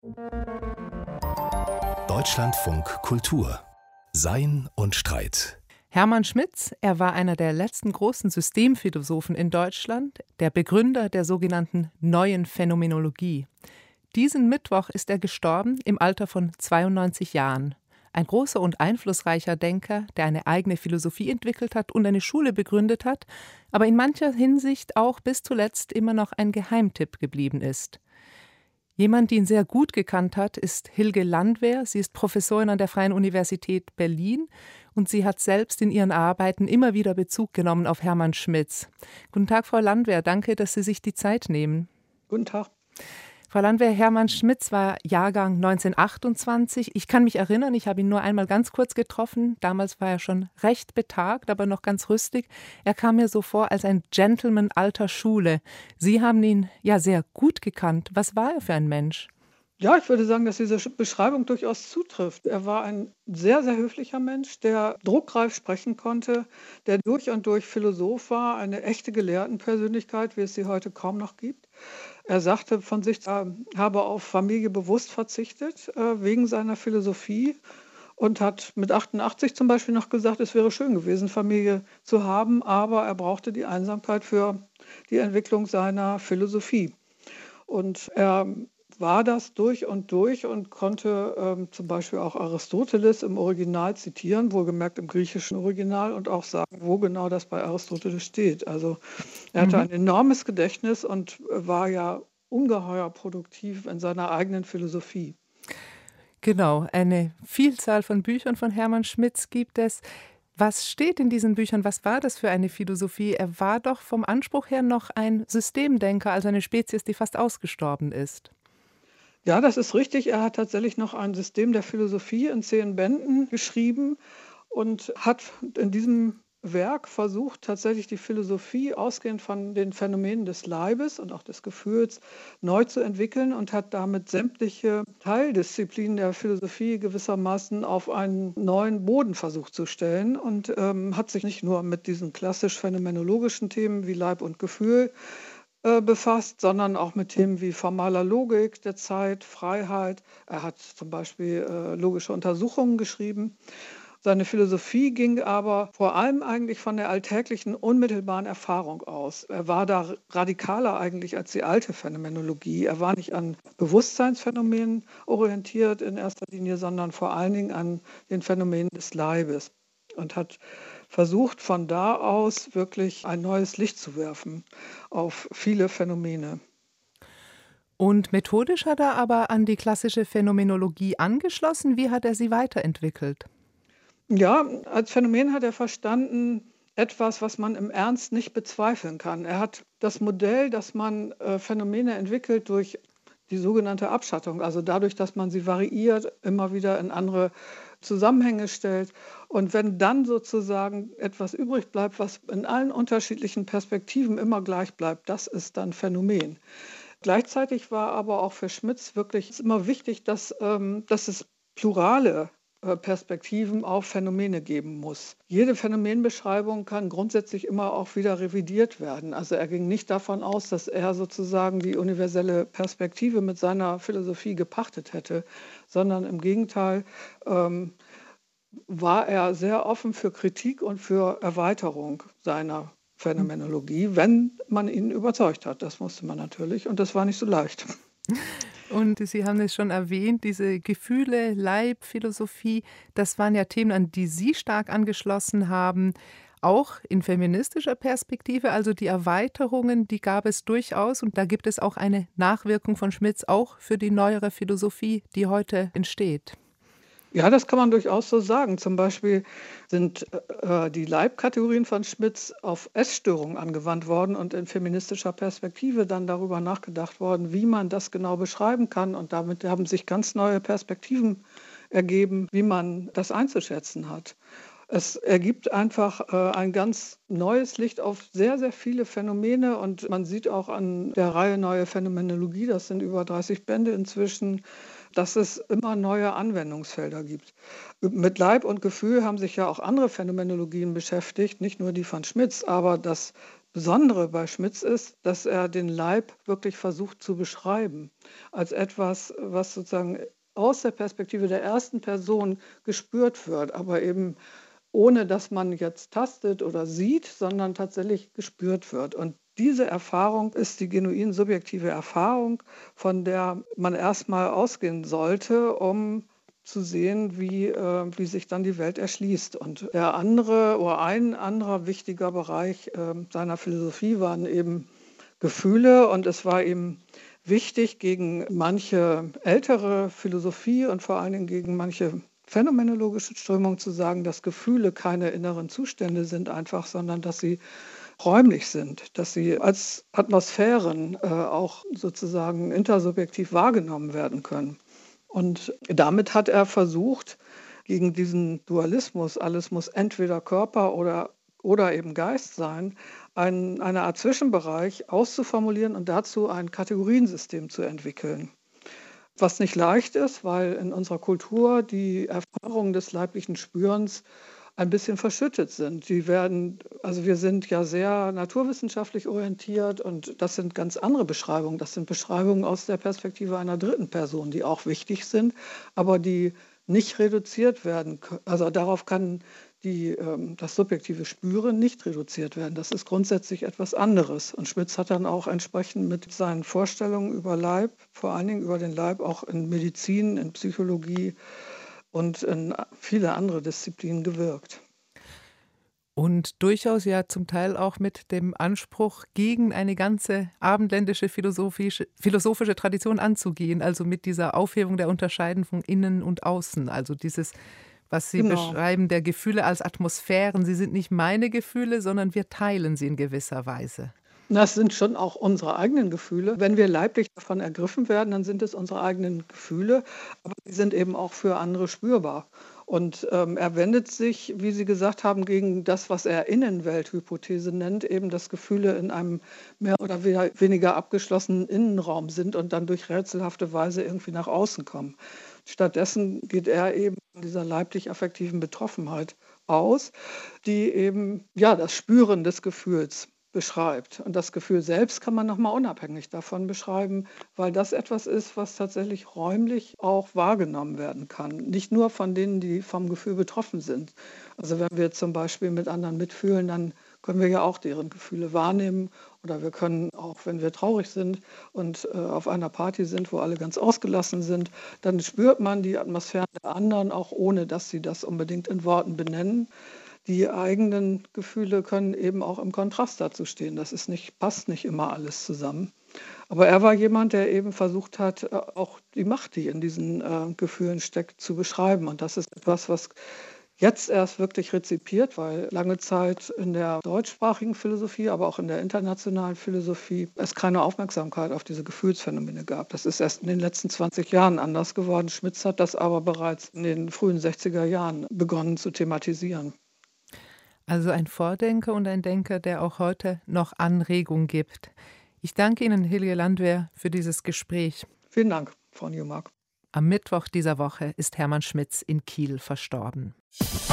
Deutschlandfunk Kultur. Sein und Streit. Hermann Schmitz, er war einer der letzten großen Systemphilosophen in Deutschland, der Begründer der sogenannten Neuen Phänomenologie. Diesen Mittwoch ist er gestorben im Alter von 92 Jahren. Ein großer und einflussreicher Denker, der eine eigene Philosophie entwickelt hat und eine Schule begründet hat, aber in mancher Hinsicht auch bis zuletzt immer noch ein Geheimtipp geblieben ist. Jemand, die ihn sehr gut gekannt hat, ist Hilge Landwehr. Sie ist Professorin an der Freien Universität Berlin und sie hat selbst in ihren Arbeiten immer wieder Bezug genommen auf Hermann Schmitz. Guten Tag, Frau Landwehr. Danke, dass Sie sich die Zeit nehmen. Guten Tag. Frau Landwehr, Hermann Schmitz war Jahrgang 1928. Ich kann mich erinnern, ich habe ihn nur einmal ganz kurz getroffen. Damals war er schon recht betagt, aber noch ganz rüstig. Er kam mir so vor als ein Gentleman alter Schule. Sie haben ihn ja sehr gut gekannt. Was war er für ein Mensch? Ja, ich würde sagen, dass diese Beschreibung durchaus zutrifft. Er war ein sehr, sehr höflicher Mensch, der druckreif sprechen konnte, der durch und durch Philosoph war, eine echte Gelehrtenpersönlichkeit, wie es sie heute kaum noch gibt. Er sagte von sich, er habe auf Familie bewusst verzichtet, wegen seiner Philosophie und hat mit 88 zum Beispiel noch gesagt, es wäre schön gewesen, Familie zu haben, aber er brauchte die Einsamkeit für die Entwicklung seiner Philosophie. Und er war das durch und konnte zum Beispiel auch Aristoteles im Original zitieren, wohlgemerkt im griechischen Original, und auch sagen, wo genau das bei Aristoteles steht. Also er hatte ein enormes Gedächtnis und war ja ungeheuer produktiv in seiner eigenen Philosophie. Genau, eine Vielzahl von Büchern von Hermann Schmitz gibt es. Was steht in diesen Büchern? Was war das für eine Philosophie? Er war doch vom Anspruch her noch ein Systemdenker, also eine Spezies, die fast ausgestorben ist. Ja, das ist richtig. Er hat tatsächlich noch ein System der Philosophie in 10 Bänden geschrieben und hat in diesem Werk versucht, tatsächlich die Philosophie ausgehend von den Phänomenen des Leibes und auch des Gefühls neu zu entwickeln und hat damit sämtliche Teildisziplinen der Philosophie gewissermaßen auf einen neuen Boden versucht zu stellen und hat sich nicht nur mit diesen klassisch phänomenologischen Themen wie Leib und Gefühl befasst, sondern auch mit Themen wie formaler Logik der Zeit, Freiheit. Er hat zum Beispiel logische Untersuchungen geschrieben. Seine Philosophie ging aber vor allem eigentlich von der alltäglichen, unmittelbaren Erfahrung aus. Er war da radikaler eigentlich als die alte Phänomenologie. Er war nicht an Bewusstseinsphänomenen orientiert in erster Linie, sondern vor allen Dingen an den Phänomenen des Leibes und hat versucht, von da aus wirklich ein neues Licht zu werfen auf viele Phänomene. Und methodisch hat er aber an die klassische Phänomenologie angeschlossen. Wie hat er sie weiterentwickelt? Ja, als Phänomen hat er verstanden, etwas, was man im Ernst nicht bezweifeln kann. Er hat das Modell, dass man Phänomene entwickelt durch die sogenannte Abschattung, also dadurch, dass man sie variiert, immer wieder in andere Zusammenhänge stellt. Und wenn dann sozusagen etwas übrig bleibt, was in allen unterschiedlichen Perspektiven immer gleich bleibt, das ist dann Phänomen. Gleichzeitig war aber auch für Schmitz wirklich immer wichtig, dass es plurale Perspektiven auf Phänomene geben muss. Jede Phänomenbeschreibung kann grundsätzlich immer auch wieder revidiert werden. Also er ging nicht davon aus, dass er sozusagen die universelle Perspektive mit seiner Philosophie gepachtet hätte, sondern im Gegenteil war er sehr offen für Kritik und für Erweiterung seiner Phänomenologie, wenn man ihn überzeugt hat. Das musste man natürlich und das war nicht so leicht. Und Sie haben es schon erwähnt, diese Gefühle, Leib, Philosophie, das waren ja Themen, an die Sie stark angeschlossen haben, auch in feministischer Perspektive. Also die Erweiterungen, die gab es durchaus und da gibt es auch eine Nachwirkung von Schmitz auch für die neuere Philosophie, die heute entsteht. Ja, das kann man durchaus so sagen. Zum Beispiel sind die Leibkategorien von Schmitz auf Essstörungen angewandt worden und in feministischer Perspektive dann darüber nachgedacht worden, wie man das genau beschreiben kann. Und damit haben sich ganz neue Perspektiven ergeben, wie man das einzuschätzen hat. Es ergibt einfach ein ganz neues Licht auf sehr, sehr viele Phänomene und man sieht auch an der Reihe Neue Phänomenologie, das sind über 30 Bände inzwischen, dass es immer neue Anwendungsfelder gibt. Mit Leib und Gefühl haben sich ja auch andere Phänomenologien beschäftigt, nicht nur die von Schmitz, aber das Besondere bei Schmitz ist, dass er den Leib wirklich versucht zu beschreiben, als etwas, was sozusagen aus der Perspektive der ersten Person gespürt wird, aber eben ohne dass man jetzt tastet oder sieht, sondern tatsächlich gespürt wird. Und diese Erfahrung ist die genuin subjektive Erfahrung, von der man erstmal ausgehen sollte, um zu sehen, wie sich dann die Welt erschließt. Und der andere oder ein anderer wichtiger Bereich seiner Philosophie waren eben Gefühle. Und es war ihm wichtig, gegen manche ältere Philosophie und vor allen Dingen gegen manche phänomenologische Strömung zu sagen, dass Gefühle keine inneren Zustände sind einfach, sondern dass sie räumlich sind, dass sie als Atmosphären auch sozusagen intersubjektiv wahrgenommen werden können. Und damit hat er versucht, gegen diesen Dualismus, alles muss entweder Körper oder eben Geist sein, eine Art Zwischenbereich auszuformulieren und dazu ein Kategoriensystem zu entwickeln. Was nicht leicht ist, weil in unserer Kultur die Erfahrungen des leiblichen Spürens ein bisschen verschüttet sind. Wir sind ja sehr naturwissenschaftlich orientiert und das sind ganz andere Beschreibungen. Das sind Beschreibungen aus der Perspektive einer dritten Person, die auch wichtig sind, aber die nicht reduziert werden können. Also darauf kann das subjektive Spüren nicht reduziert werden. Das ist grundsätzlich etwas anderes. Und Schmitz hat dann auch entsprechend mit seinen Vorstellungen über Leib, vor allen Dingen über den Leib, auch in Medizin, in Psychologie und in viele andere Disziplinen gewirkt. Und durchaus ja zum Teil auch mit dem Anspruch, gegen eine ganze abendländische philosophische Tradition anzugehen, also mit dieser Aufhebung der Unterscheidung von Innen und Außen, also dieses, was Sie beschreiben, der Gefühle als Atmosphären. Sie sind nicht meine Gefühle, sondern wir teilen sie in gewisser Weise. Das sind schon auch unsere eigenen Gefühle. Wenn wir leiblich davon ergriffen werden, dann sind es unsere eigenen Gefühle, aber sie sind eben auch für andere spürbar. Und er wendet sich, wie Sie gesagt haben, gegen das, was er Innenwelthypothese nennt, eben dass Gefühle in einem mehr oder weniger abgeschlossenen Innenraum sind und dann durch rätselhafte Weise irgendwie nach außen kommen. Stattdessen geht er eben von dieser leiblich-affektiven Betroffenheit aus, die eben das Spüren des Gefühls beschreibt. Und das Gefühl selbst kann man nochmal unabhängig davon beschreiben, weil das etwas ist, was tatsächlich räumlich auch wahrgenommen werden kann. Nicht nur von denen, die vom Gefühl betroffen sind. Also wenn wir zum Beispiel mit anderen mitfühlen, dann können wir ja auch deren Gefühle wahrnehmen. Oder wir können auch, wenn wir traurig sind und auf einer Party sind, wo alle ganz ausgelassen sind, dann spürt man die Atmosphäre der anderen, auch ohne dass sie das unbedingt in Worten benennen. Die eigenen Gefühle können eben auch im Kontrast dazu stehen. Passt nicht immer alles zusammen. Aber er war jemand, der eben versucht hat, auch die Macht, die in diesen Gefühlen steckt, zu beschreiben. Und das ist etwas, was jetzt erst wirklich rezipiert, weil lange Zeit in der deutschsprachigen Philosophie, aber auch in der internationalen Philosophie es keine Aufmerksamkeit auf diese Gefühlsphänomene gab. Das ist erst in den letzten 20 Jahren anders geworden. Schmitz hat das aber bereits in den frühen 60er Jahren begonnen zu thematisieren. Also ein Vordenker und ein Denker, der auch heute noch Anregung gibt. Ich danke Ihnen, Hilje Landwehr, für dieses Gespräch. Vielen Dank, Frau Newmark. Am Mittwoch dieser Woche ist Hermann Schmitz in Kiel verstorben.